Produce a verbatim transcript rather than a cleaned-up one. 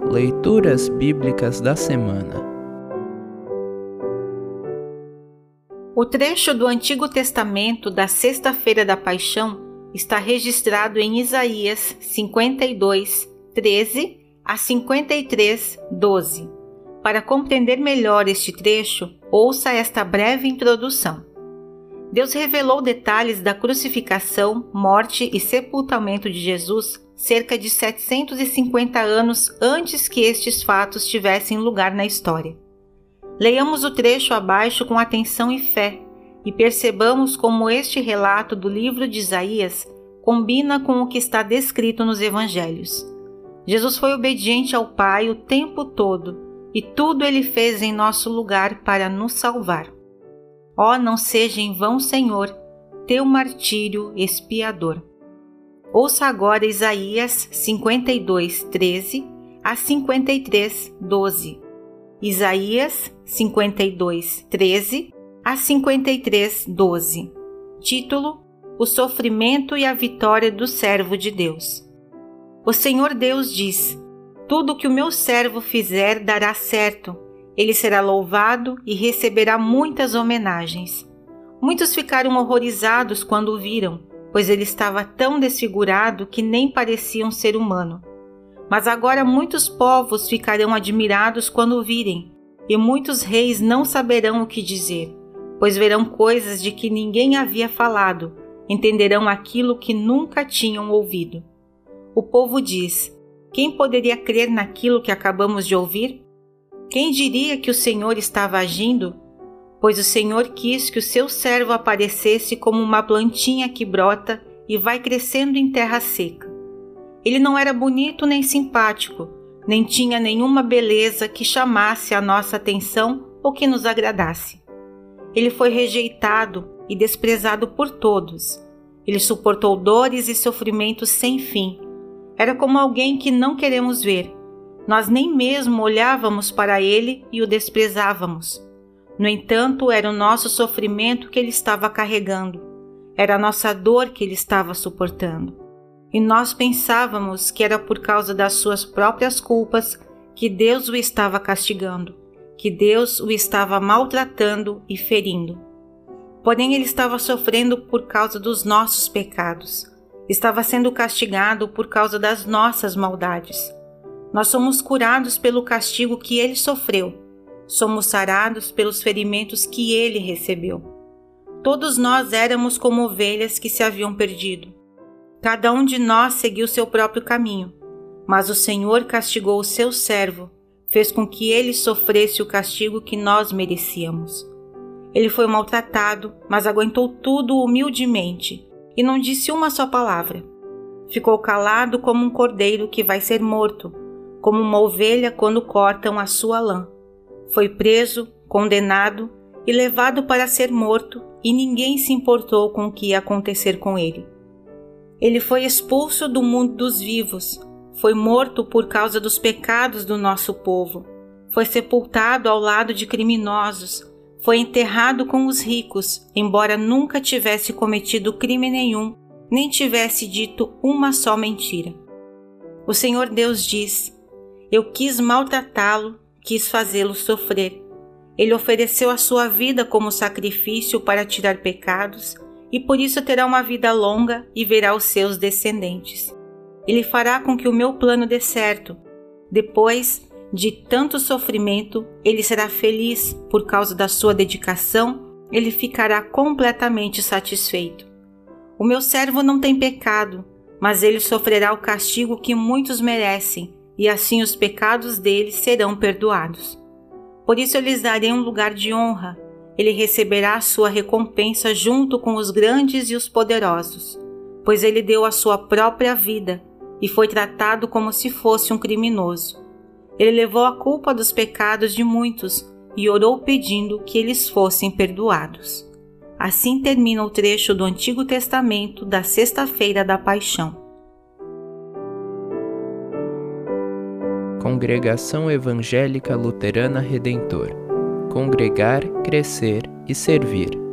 Leituras Bíblicas da Semana. O trecho do Antigo Testamento da Sexta-feira da Paixão está registrado em Isaías cinquenta e dois, treze a cinquenta e três, doze. Para compreender melhor este trecho, ouça esta breve introdução. Deus revelou detalhes da crucificação, morte e sepultamento de Jesus cerca de setecentos e cinquenta anos antes que estes fatos tivessem lugar na história. Leiamos o trecho abaixo com atenção e fé e percebamos como este relato do livro de Isaías combina com o que está descrito nos evangelhos. Jesus foi obediente ao Pai o tempo todo e tudo ele fez em nosso lugar para nos salvar. Ó, não seja em vão, Senhor, teu martírio expiador. Ouça agora Isaías cinquenta e dois, treze a cinquenta e três, doze. Isaías cinquenta e dois, treze a cinquenta e três, doze. Título: O sofrimento e a vitória do servo de Deus. O Senhor Deus diz: tudo que o meu servo fizer dará certo. Ele será louvado e receberá muitas homenagens. Muitos ficaram horrorizados quando o viram, pois ele estava tão desfigurado que nem parecia um ser humano. Mas agora muitos povos ficarão admirados quando o virem, e muitos reis não saberão o que dizer, pois verão coisas de que ninguém havia falado, entenderão aquilo que nunca tinham ouvido. O povo diz: quem poderia crer naquilo que acabamos de ouvir? Quem diria que o Senhor estava agindo? Pois o Senhor quis que o seu servo aparecesse como uma plantinha que brota e vai crescendo em terra seca. Ele não era bonito nem simpático, nem tinha nenhuma beleza que chamasse a nossa atenção ou que nos agradasse. Ele foi rejeitado e desprezado por todos. Ele suportou dores e sofrimentos sem fim. Era como alguém que não queremos ver. Nós nem mesmo olhávamos para ele e o desprezávamos. No entanto, era o nosso sofrimento que ele estava carregando. Era a nossa dor que ele estava suportando. E nós pensávamos que era por causa das suas próprias culpas que Deus o estava castigando, que Deus o estava maltratando e ferindo. Porém, ele estava sofrendo por causa dos nossos pecados. Estava sendo castigado por causa das nossas maldades. Nós somos curados pelo castigo que ele sofreu. Somos sarados pelos ferimentos que ele recebeu. Todos nós éramos como ovelhas que se haviam perdido. Cada um de nós seguiu seu próprio caminho, mas o Senhor castigou o seu servo, fez com que ele sofresse o castigo que nós merecíamos. Ele foi maltratado, mas aguentou tudo humildemente e não disse uma só palavra. Ficou calado como um cordeiro que vai ser morto, como uma ovelha quando cortam a sua lã. Foi preso, condenado e levado para ser morto, e ninguém se importou com o que ia acontecer com ele. Ele foi expulso do mundo dos vivos, foi morto por causa dos pecados do nosso povo, foi sepultado ao lado de criminosos, foi enterrado com os ricos, embora nunca tivesse cometido crime nenhum, nem tivesse dito uma só mentira. O Senhor Deus diz: eu quis maltratá-lo, quis fazê-lo sofrer. Ele ofereceu a sua vida como sacrifício para tirar pecados, e por isso terá uma vida longa e verá os seus descendentes. Ele fará com que o meu plano dê certo. Depois de tanto sofrimento, ele será feliz por causa da sua dedicação, ele ficará completamente satisfeito. O meu servo não tem pecado, mas ele sofrerá o castigo que muitos merecem, e assim os pecados deles serão perdoados. Por isso eu lhes darei um lugar de honra. Ele receberá a sua recompensa junto com os grandes e os poderosos, pois ele deu a sua própria vida e foi tratado como se fosse um criminoso. Ele levou a culpa dos pecados de muitos e orou pedindo que eles fossem perdoados. Assim termina o trecho do Antigo Testamento da Sexta-feira da Paixão. Congregação Evangélica Luterana Redentor. Congregar, crescer e servir.